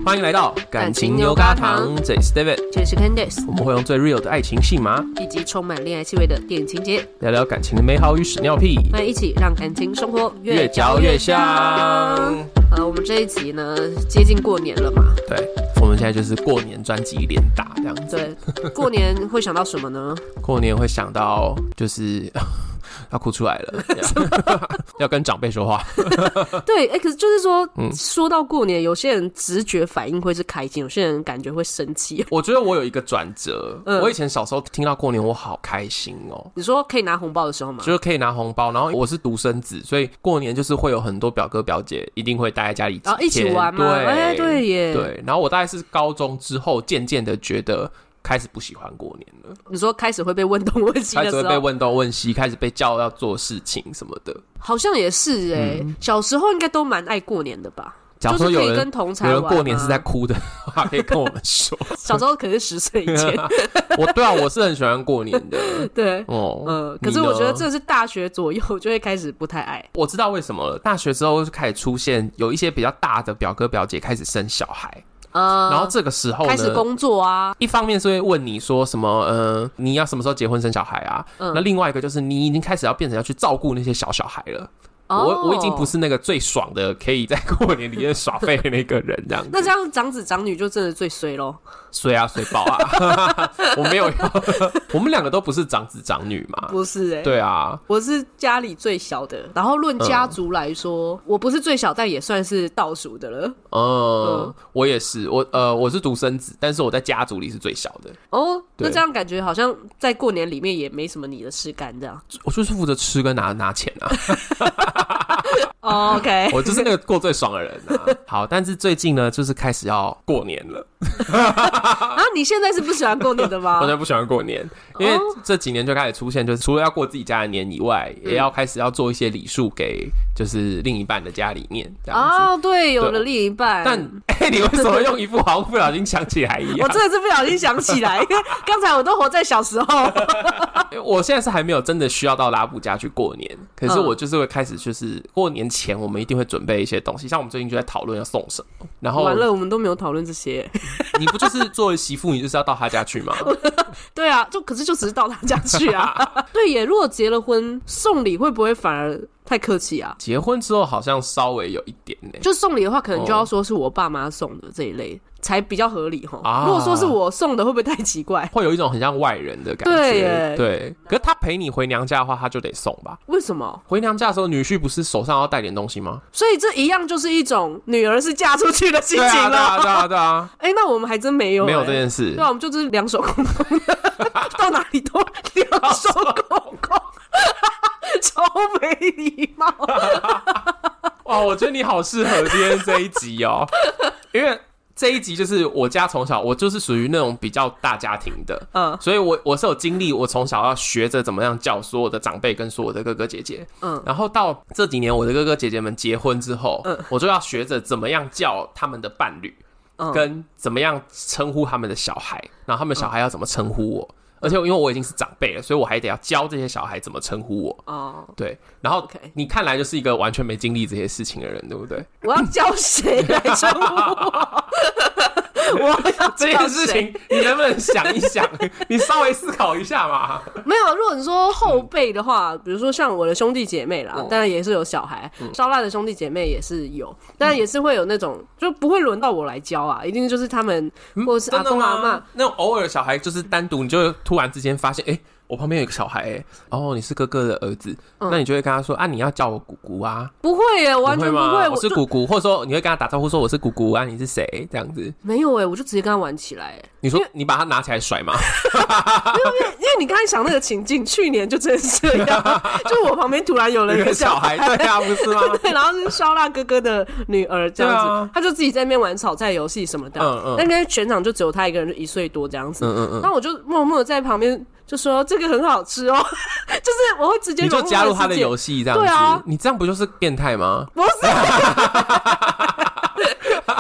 欢迎来到感情牛轧糖，这里是 David， 这里是 Candice， 我们会用最 real 的爱情戏码以及充满恋爱气味的电影情节， 聊聊感情的美好与屎尿屁， 欢迎一起让感情生活越嚼越香。 我们这一集呢，接近过年了嘛？ 对，我们现在就是过年专辑连打这样子。 对，过年会想到什么呢？ 过年会想到就是要哭出来了，要跟长辈说话。 对，可是就是说，说到过年，有些人直觉反应会是开心，有些人感觉会生气。 我觉得我有一个转折，我以前小时候听到过年，我好开心哦。 你说可以拿红包的时候吗？ 就是可以拿红包，然后我是独生子，所以过年就是会有很多表哥表姐一定会待在家里， 然后一起玩嘛。 对， 对耶。 对，然后我大概是高中之后，渐渐的觉得开始不喜欢过年了。 你说开始会被问东问西的时候， 开始会被问东问西，开始被叫要做事情什么的。 好像也是小时候应该都蛮爱过年的吧？ 假如说就是可以跟同才玩有人过年是在哭的话，可以跟我们说。 小时候可是10岁以前。 对啊，我是很喜欢过年的。 对，可是我觉得这是大学左右就会开始不太爱。 我知道为什么了，大学之后就开始出现有一些比较大的表哥表姐开始生小孩。然后这个时候呢， 开始工作啊， 一方面是会问你说什么你要什么时候结婚生小孩啊，那另外一个就是你已经开始要变成要去照顾那些小孩了。我已经不是那个最爽的可以在过年里面耍废的那个人这样子。 那这样长子长女就真的最衰咯。 衰啊，衰爆啊！我没有我们两个都不是长子长女嘛。 不是对啊， 我是家里最小的，然后论家族来说，我不是最小，但也算是倒数的了。 我也是，我是独生子，但是我在家族里是最小的。 那这样感觉好像在过年里面也没什么你的事干，这样。 我就是负责吃跟拿钱啊。 OK， 我就是那个过最爽的人啊。好，但是最近呢，就是开始要过年了。 啊，你现在是不喜欢过年的吗？ 我现在不喜欢过年，因为这几年就开始出现，就是除了要过自己家的年以外，也要开始要做一些礼数给就是另一半的家里面这样子。 对，有了另一半。 但你为什么用一副好像不小心想起来一样？ 我真的是不小心想起来，因为刚才我都活在小时候。 我现在是还没有真的需要到拉布家去过年，可是我就是会开始，就是过年前我们一定会准备一些东西，像我们最近就在讨论要送什么。然后完了，我们都没有讨论这些。 你不就是作为媳妇，你就是要到他家去吗？ 对啊，可是就只是到他家去啊。对耶，如果结了婚送礼会不会反而太客气啊？ 结婚之后好像稍微有一点就送礼的话，可能就要说是我爸妈送的这一类。才比较合理齁。如果说是我送的，会不会太奇怪？ 会有一种很像外人的感觉。 对耶， 对。可是他陪你回娘家的话，他就得送吧？ 为什么？ 回娘家的时候，女婿不是手上要带点东西吗？ 所以这一样就是一种女儿是嫁出去的心情了。 对啊。 那我们还真没有这件事。 对啊，我们就是两手空空的，到哪里都两手空空，超没礼貌。 哇，我觉得你好适合今天这一集哦，因为这一集就是我家从小，我就是属于那种比较大家庭的，所以我是有经历，我从小要学着怎么样叫所有的长辈跟所有的哥哥姐姐，然后到这几年我的哥哥姐姐们结婚之后，我就要学着怎么样叫他们的伴侣，跟怎么样称呼他们的小孩，然后他们小孩要怎么称呼我。而且因为我已经是长辈了，所以我还得要教这些小孩怎么称呼我。对，然后你看来就是一个完全没经历这些事情的人，对不对？ 我要教谁来称呼我？我要这件事情，你能不能想一想？你稍微思考一下嘛。 没有，如果你说后辈的话，比如说像我的兄弟姐妹啦，当然也是有小孩，烧腊的兄弟姐妹也是有，当然也是会有那种，就不会轮到我来教啊，一定就是他们或者是阿公阿嬷那种偶尔小孩就是单独，你就突然之间发现，我旁边有一个小孩你是哥哥的儿子，那你就会跟他说啊，你要叫我姑姑啊？ 不会耶，完全不会。 我是姑姑，或者说你会跟他打招呼说我是姑姑啊，你是谁？这样子没有我就直接跟他玩起来。 你说你把他拿起来甩吗？ 因为你刚才想那个情境，去年就真是这样，就我旁边突然有了一个小孩， 对啊，不是吗？ 对，然后是烧腊哥哥的女儿这样子，他就自己在那边玩炒菜游戏什么的，但跟全场就只有他一个人，就1岁多这样子，然后我就默默在旁边就说这个很好吃哦，就是我会直接你就加入他的游戏这样子，对啊，你这样不就是变态吗？ 不是。这才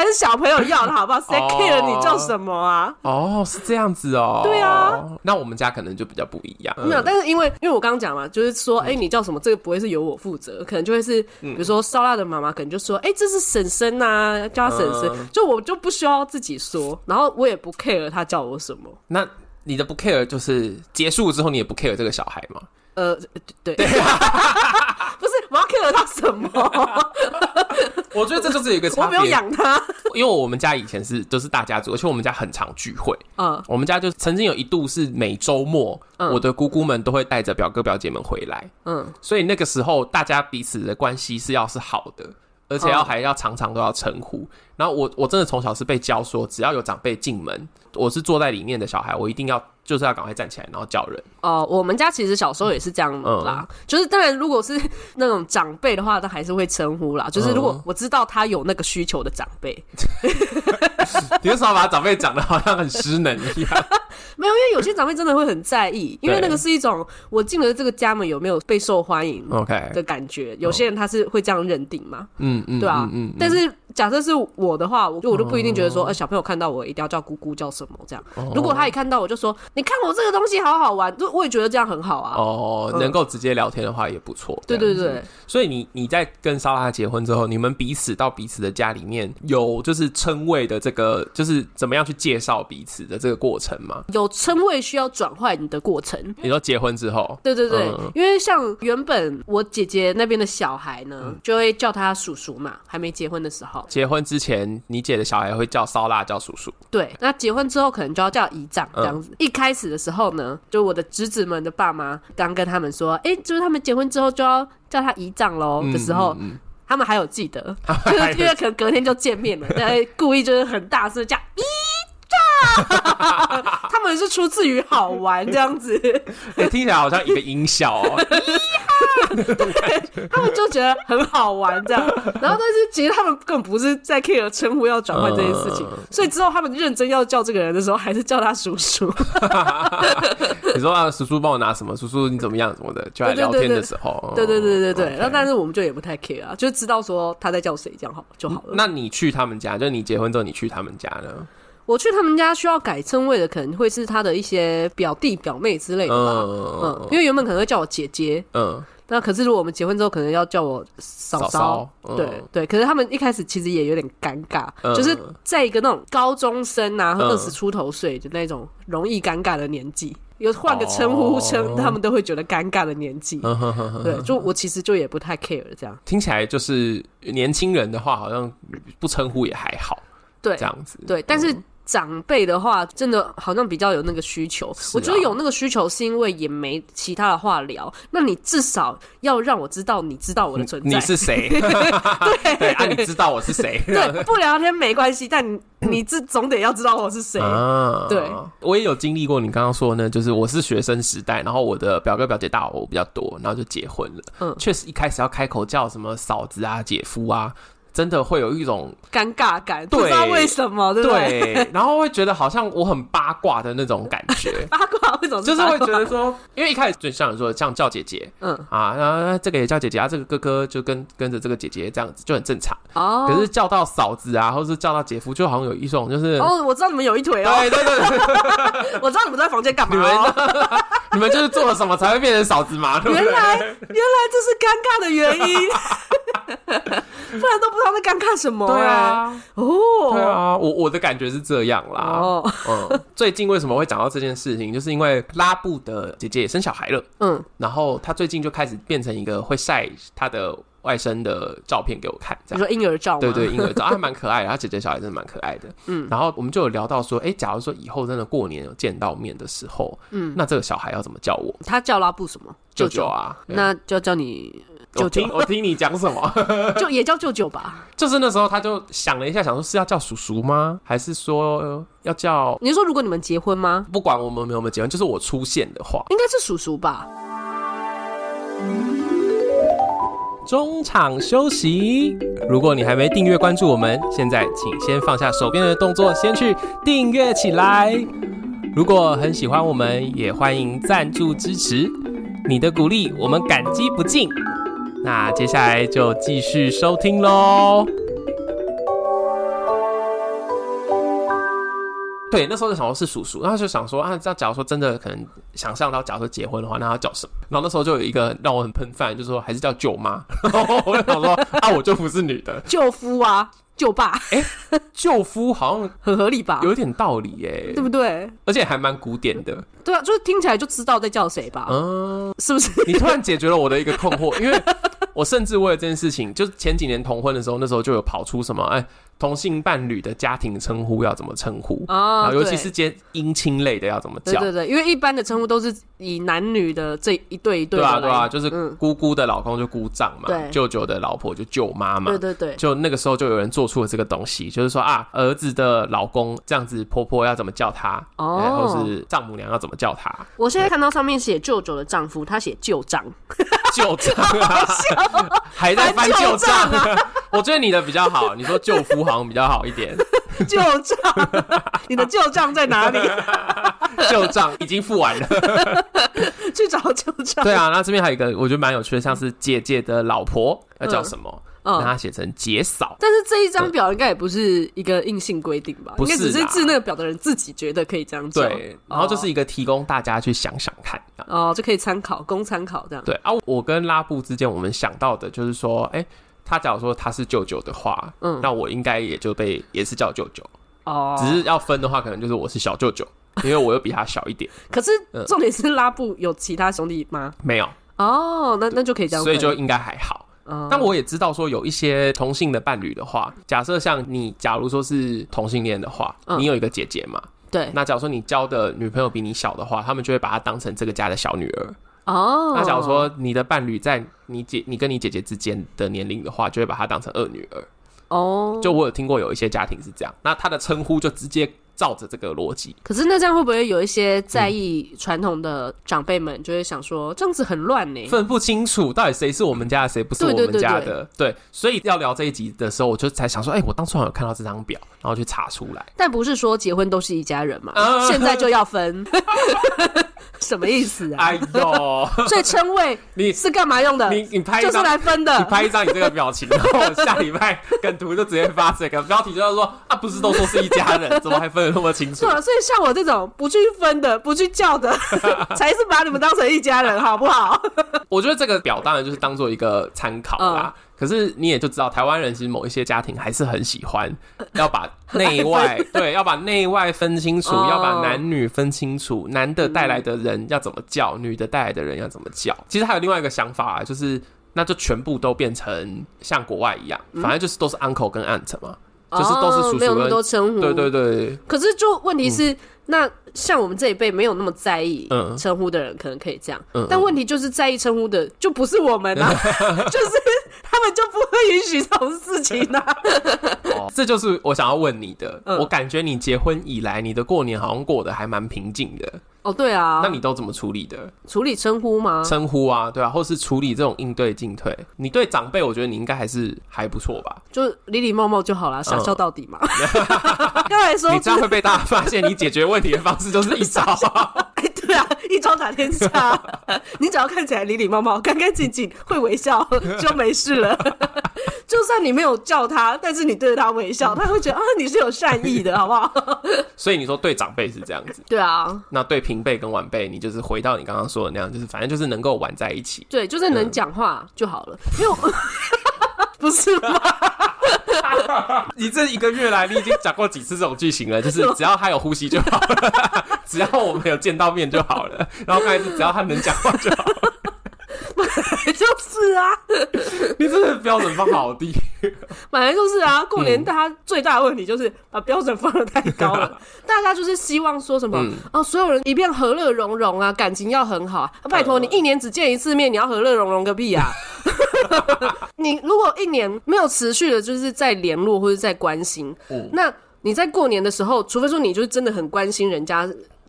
是小朋友要的好不好？谁 care 你叫什么啊？ 哦，是这样子哦。 对啊， 那我们家可能就比较不一样。 没有，但是因为我刚刚讲嘛，就是说，你叫什么，这个不会是由我负责，可能就会是，比如说烧腊的妈妈可能就说，这是婶婶啊，叫她婶婶，就我就不需要自己说，然后我也不 care 她叫我什么。 那你的不 care 就是结束之后你也不 care 这个小孩吗？ 对，不是我要 care 他什么？ 我觉得这就是有一个差别。 我没有养他， 因为我们家以前就是大家族，而且我们家很常聚会。我们家就曾经有一度是每周末，我的姑姑们都会带着表哥表姐们回来。所以那个时候大家彼此的关系是好的。而且还要常常都要称呼，然后我真的从小是被教说，只要有长辈进门，我是坐在里面的小孩，我一定要就是要赶快站起来，然后叫人。 我们家其实小时候也是这样啦，就是当然如果是那种长辈的话，那还是会称呼啦。就是如果我知道他有那个需求的长辈， 你为什么把长辈讲得好像很失能一样？ 没有，因为有些长辈真的会很在意，因为那个是一种我进了这个家门有没有备受欢迎的感觉。有些人他是会这样认定嘛，对啊。但是假设是我的话，我就不一定觉得说，小朋友看到我一定要叫姑姑叫什么这样。如果他一看到我就说，你看我这个东西好好玩，我也觉得这样很好啊。 能够直接聊天的话也不错。 对对对。 所以你在跟莎拉结婚之后，你们彼此到彼此的家里面有就是称谓的这个，就是怎么样去介绍彼此的这个过程吗？ 有称谓需要转换的过程。 你说结婚之后？ 对对对，因为像原本我姐姐那边的小孩呢，就会叫他叔叔嘛，还没结婚的时候。 结婚之前，你姐的小孩会叫烧腊叫叔叔。 对，那结婚之后可能就要叫姨丈这样子。一开始的时候呢，就我的侄子们的爸妈刚跟他们说，就是他们结婚之后就要叫他姨丈咯的时候，他们还有记得，就是因为可能隔天就见面了，对，故意就是很大声叫姨丈，他们是出自于好玩这样子。 听起来好像一个音效哦。 对，他们就觉得很好玩这样，然后但是其实他们根本不是在 care 称呼要转换这件事情，所以之后他们认真要叫这个人的时候，还是叫他叔叔。 你说叔叔帮我拿什么？叔叔你怎么样什么的，就来聊天的时候。 对对对对对。那但是我们就也不太 care 啊，就知道说他在叫谁这样好就好了。 那你去他们家，就是你结婚之后你去他们家呢？ 我去他们家需要改称谓的，可能会是他的一些表弟表妹之类的吧。因为原本可能会叫我姐姐。那可是如果我们结婚之后，可能要叫我嫂嫂。对对，可是他们一开始其实也有点尴尬，就是在一个那种高中生啊，20出头岁的那种容易尴尬的年纪，有换个称呼称，他们都会觉得尴尬的年纪。对，就我其实就也不太 care 这样。 听起来就是年轻人的话，好像不称呼也还好。对，这样子。 对，但是长辈的话，真的好像比较有那个需求。我觉得有那个需求是因为也没其他的话聊，那你至少要让我知道你知道我的存在， 你是谁？对啊，你知道我是谁？ 对，不聊天没关系，但你总得要知道我是谁。对， 我也有经历过你刚刚说的呢，就是我是学生时代，然后我的表哥表姐大我比较多，然后就结婚了。确实一开始要开口叫什么嫂子啊、姐夫啊。真的会有一种尴尬感，不知道为什么，对不对？ 对，然后会觉得好像我很八卦的那种感觉。 八卦为什么？ 就是会觉得说，因为一开始就像你说，像叫姐姐，然后这个也叫姐姐啊，这个哥哥就跟着这个姐姐这样子就很正常。可是叫到嫂子啊，或是叫到姐夫，就好像有一种就是我知道你们有一腿哦。 对对对， 我知道你们在房间干嘛你们就是做了什么才会变成嫂子嘛？对不对？ 原来这是尴尬的原因。不然都不知道在尴尬什么。 对啊，对啊，我的感觉是这样啦。最近为什么会讲到这件事情，就是因为拉布的姐姐也生小孩了。然后她最近就开始变成一个会晒她的外甥的照片给我看，这样。 你说婴儿照吗？ 对对，婴儿照，还蛮可爱的。她姐姐小孩真的蛮可爱的。然后我们就有聊到说，假如说以后真的过年有见到面的时候，那这个小孩要怎么叫我？ 他叫拉布什么？ 舅舅啊。那就叫你。 我听你讲什么就也叫舅舅吧。 就是那时候他就想了一下，想说是要叫叔叔吗，还是说要叫？ 你说如果你们结婚吗？ 不管我们有没有结婚，就是我出现的话， 应该是叔叔吧。 中场休息。如果你还没订阅关注我们，现在请先放下手边的动作，先去订阅起来。如果很喜欢我们，也欢迎赞助支持，你的鼓励我们感激不尽。那接下来就继续收听咯。 对，那时候就想说是叔叔，然后就想说啊，这样假如说真的可能想象到假如说结婚的话，那他叫什么？然后那时候就有一个让我很喷饭，就是说还是叫舅妈。然后我就想说啊，我就不是女的， 舅夫啊。舅爸， 舅夫好像很合理吧？ 有点道理对不对？ 而且还蛮古典的。 对啊，就是听起来就知道在叫谁吧？是不是？ 你突然解决了我的一个困惑，因为我甚至为了这件事情，就是前几年同婚的时候，那时候就有跑出什么同性伴侣的家庭称呼要怎么称呼然后尤其是接姻亲类的要怎么叫？ 对，因为一般的称呼都是以男女的这一对一对的对啊，就是姑姑的老公就姑丈嘛，舅舅的老婆就舅妈嘛， 对，就那个时候就有人做出了这个东西，就是说啊，儿子的老公这样子，婆婆要怎么叫他，或是丈母娘要怎么叫他。 我现在看到上面写舅舅的丈夫，他写舅丈， 舅丈还在翻舅丈我觉得你的比较好，你说舅夫好像比较好一点。 旧账，你的旧账在哪里？ 旧账已经付完了， 去找旧账。 对啊，那这边还有一个我觉得蛮有趣的，像是姐姐的老婆要叫什么？让他写成姐嫂。 但是这一张表应该也不是一个硬性规定吧？应该只是制那个表的人自己觉得可以这样叫。 对，然后就是一个提供大家去想想看就可以参考，供参考这样。 对啊，我跟拉布之间我们想到的就是说，他假如说他是舅舅的话，那我应该也是叫舅舅只是要分的话，可能就是我是小舅舅，因为我又比他小一点。 可是重点是拉布有其他兄弟吗？ 没有。 那就可以这样分， 所以就应该还好。但我也知道说有一些同性的伴侣的话，假设像你假如说是同性恋的话，你有一个姐姐嘛， 对， 那假如说你交的女朋友比你小的话，他们就会把她当成这个家的小女儿。那假如说你的伴侣在你跟你姐姐之间的年龄的话，就会把她当成二女儿。就我有听过有一些家庭是这样，那他的称呼就直接照着这个逻辑。 可是那这样会不会有一些在意传统的长辈们就会想说，这样子很乱呢？ 分不清楚到底谁是我们家的，谁不是我们家的。对，所以要聊这一集的时候，我就才想说，我当初有看到这张表，然后去查出来。 但不是说结婚都是一家人嘛？现在就要分。什么意思啊？所以称谓你是干嘛用的？ 你拍一张就是来分的。 你拍一张你这个表情，然后我下礼拜跟图就直接发这个标题，就是说不是都说是一家人，怎么还分得那么清楚？ 对，所以像我这种不去分的、不去叫的，才是把你们当成一家人，好不好？ 我觉得这个表当然就是当做一个参考啦。可是你也就知道，台湾人其实某一些家庭还是很喜欢要把内外对，要把内外分清楚，要把男女分清楚，男的带来的人要怎么叫，女的带来的人要怎么叫。其实还有另外一个想法就是那就全部都变成像国外一样，反正就是都是 uncle 跟 aunt 嘛，就是都是叔叔跟， 没有那么多称呼。 对。可是就问题是，那像我们这一辈没有那么在意称呼的人，可能可以这样。但问题就是在意称呼的就不是我们啊，就是他们就不会允许这种事情啊。 这就是我想要问你的。我感觉你结婚以来，你的过年好像过得还蛮平静的。 对啊。 那你都怎么处理的？ 处理称呼吗？ 称呼啊，对啊，或是处理这种应对进退。你对长辈，我觉得你应该还不错吧？ 就礼礼貌貌就好啦，傻笑到底嘛。刚才说你这样会被大家发现，你解决问题的方式就是一招。 对啊，一招打天下。你只要看起来礼礼貌貌、干干净净，会微笑就没事了。就算你没有叫他，但是你对着他微笑，他会觉得你是有善意的，好不好？ 所以你说对长辈是这样子。 对啊。 那对平辈跟晚辈，你就是回到你刚刚说的那样，就是反正就是能够玩在一起。 对，就是能讲话就好了。因为不是吗？ 你这一个月来，你已经讲过几次这种剧情了？就是只要他有呼吸就好了，只要我们有见到面就好了。然后刚才是只要他能讲话就好了。 就是啊， 你真的标准放好低。 本来就是啊，过年大家最大的问题就是把标准放得太高了。大家就是希望说什么所有人一片和乐融融啊，感情要很好啊。拜托你一年只见一次面，你要和乐融融个屁啊！你如果一年没有持续的，就是在联络或者在关心，那你在过年的时候，除非说你就是真的很关心人家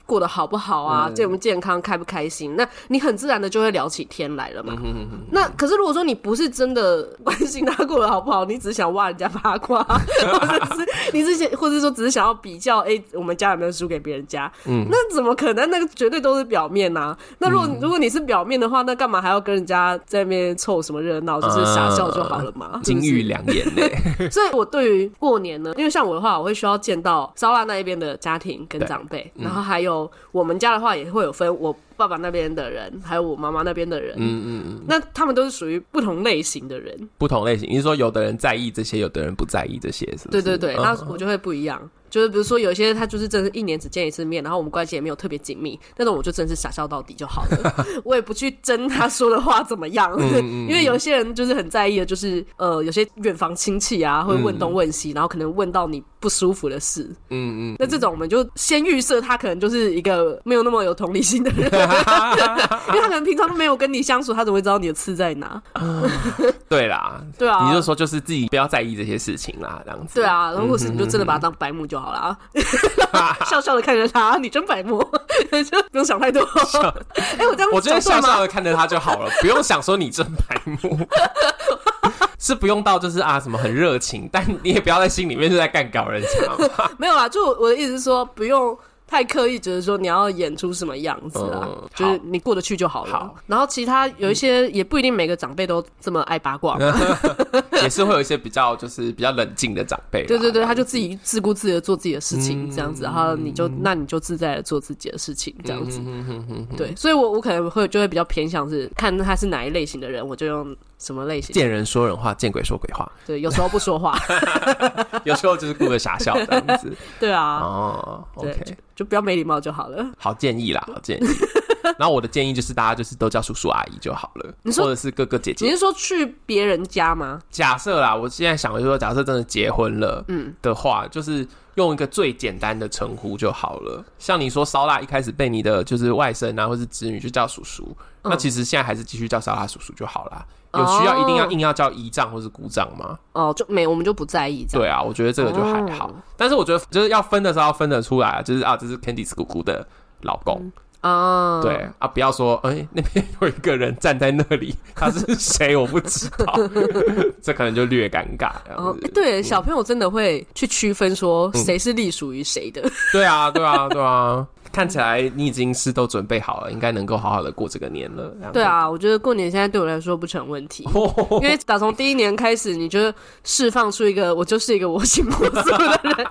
过得好不好啊，健不健康，开不开心，那你很自然的就会聊起天来了嘛。那可是如果说你不是真的关心他过得好不好，你只是想挖人家八卦，或者说只是想要比较，我们家有没有输给别人家，那怎么可能？那个绝对都是表面啊。那如果你是表面的话，那干嘛还要跟人家在那边凑什么热闹？就是傻笑就好了嘛。 金玉良言呢。 所以我对于过年呢，因为像我的话，我会需要见到烧腊那一边的家庭跟长辈，然后还有我们家的话也会有分我爸爸那边的人，还有我妈妈那边的人。那他们都是属于不同类型的人。不同类型， 你是说有的人在意这些，有的人不在意这些，是不是？ 对对对，那我就会不一样。就是比如说有些他就是真的是1年只见一次面，然后我们关系也没有特别紧密，那种我就真的是傻笑到底就好了。我也不去争他说的话怎么样。因为有些人就是很在意的，就是有些远房亲戚啊会问东问西，然后可能问到你不舒服的事。那这种我们就先预设他可能就是一个没有那么有同理心的人。因为他可能平常都没有跟你相处，他怎么会知道你的刺在哪？ 对啦， 对啊， 你就说就是自己不要在意这些事情啦，这样子。 对啊，然后或是你就真的把他当白目就好了。笑笑的看着他，你真白目，就不用想太多。 我觉得笑笑的看着他就好了，不用想说你真白目。是不用到就是什么很热情，但你也不要在心里面就在干搞人家。 没有啦，就我的意思是说，不用太刻意，就是说你要演出什么样子啦，就是你过得去就好了。好，然后其他有一些也不一定每个长辈都这么爱八卦。 也是会有一些比较冷静的长辈。 对对对，他就自己自顾自的做自己的事情，这样子，然后你就自在的做自己的事情，这样子。对，所以我可能就会比较偏向是看他是哪一类型的人，我就用什么类型。 见人说人话，见鬼说鬼话。 对，有时候不说话。 有时候就是顾着傻笑这样子。 对啊。OK， 就不要没礼貌就好了。 好建议啦，好建议。然后我的建议就是大家就是都叫叔叔阿姨就好了，或者是哥哥姐姐。 你是说去别人家吗？ 假设啦，我现在想的就是说，假设真的结婚了的话，就是用一个最简单的称呼就好了。像你说烧腊一开始被你的就是外甥啊或是子女就叫叔叔，那其实现在还是继续叫烧腊叔叔就好啦。有需要一定要硬要叫姨丈或是姑丈吗？ 就没，我们就不在意这样。 对啊，我觉得这个就还好。但是我觉得就是要分的时候要分得出来，就是这是 Candice 姑姑的老公。对啊，不要说那边有一个人站在那里，他是谁我不知道。这可能就略尴尬。 对，小朋友真的会去区分说谁是隶属于谁的。 对啊。看起来你已经是都准备好了，应该能够好好的过这个年了。 对啊，我觉得过年现在对我来说不成问题。因为打从第一年开始，你就释放出一个我就是一个我行我素的人。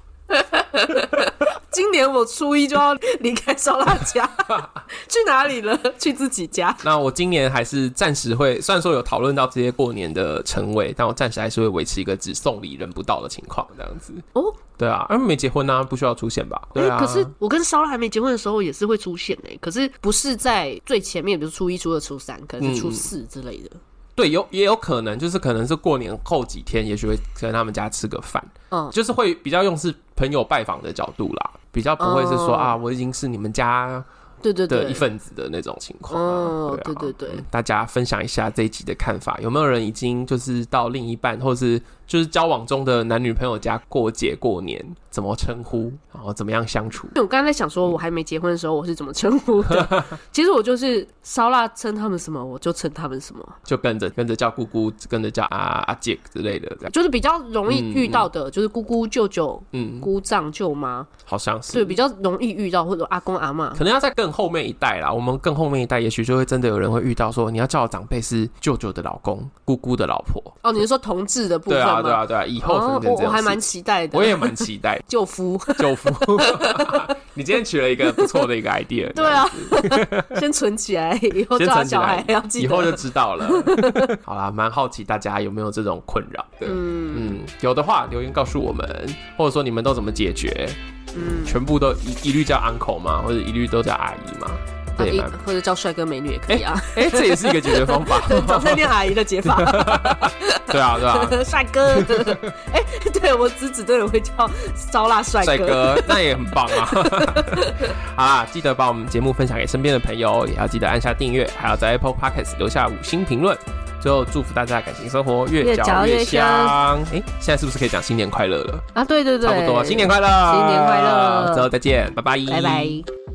今年我初一就要离开烧腊家。去哪里了？去自己家。 那我今年还是暂时会，虽然说有讨论到这些过年的称谓，但我暂时还是会维持一个只送礼人不到的情况，这样子。对啊，没结婚啊，不需要出现吧？对啊。 可是我跟烧腊还没结婚的时候也是会出现可是不是在最前面，比如初一、初二、初三，可能是初4之类的。 对，也有可能，就是可能是过年后几天，也许会跟他们家吃个饭，就是会比较用是朋友拜访的角度啦，比较不会是说我已经是你们家的一份子的那种情况。 对， 大家分享一下这一集的看法，有没有人已经就是到另一半或是就是交往中的男女朋友家过节过年，怎么称呼，然后怎么样相处？ 我刚才在想说，我还没结婚的时候我是怎么称呼的。其实我就是烧腊称他们什么，我就称他们什么， 就跟着叫姑姑，跟着叫阿姐之类的， 就是比较容易遇到的，就是姑姑、舅舅、姑丈、舅妈， 好像是对比较容易遇到，或者阿公阿嬷。 可能要在更后面一代啦，我们更后面一代，也许就会真的有人会遇到说，你要叫的长辈是舅舅的老公、姑姑的老婆。 你是说同志的部分吗？ 对啊，以后可能这样。 我还蛮期待的。 我也蛮期待。 舅父。 你今天取了一个不错的一个 idea。 对啊，先存起来，以后叫小孩要记得， 以后就知道了。好啦，蛮好奇大家有没有这种困扰的。有的话留言告诉我们，或者说你们都怎么解决？全部都一律叫 uncle 吗？或者一律都叫阿姨吗？对， 或者叫帅哥美女也可以啊。 这也是一个解决方法。 早餐店阿姨的解法。 对啊。 帅哥。对，我侄子真的会叫烧腊帅哥， 那也很棒啊。好啦，记得把我们节目分享给身边的朋友，也要记得按下订阅，还要在 Apple Podcast 留下5星评论。最后祝福大家感情生活越嚼越香。现在是不是可以讲新年快乐了啊？ 对， 差不多，新年快乐， 新年快乐， 之后再见，拜拜， 拜拜。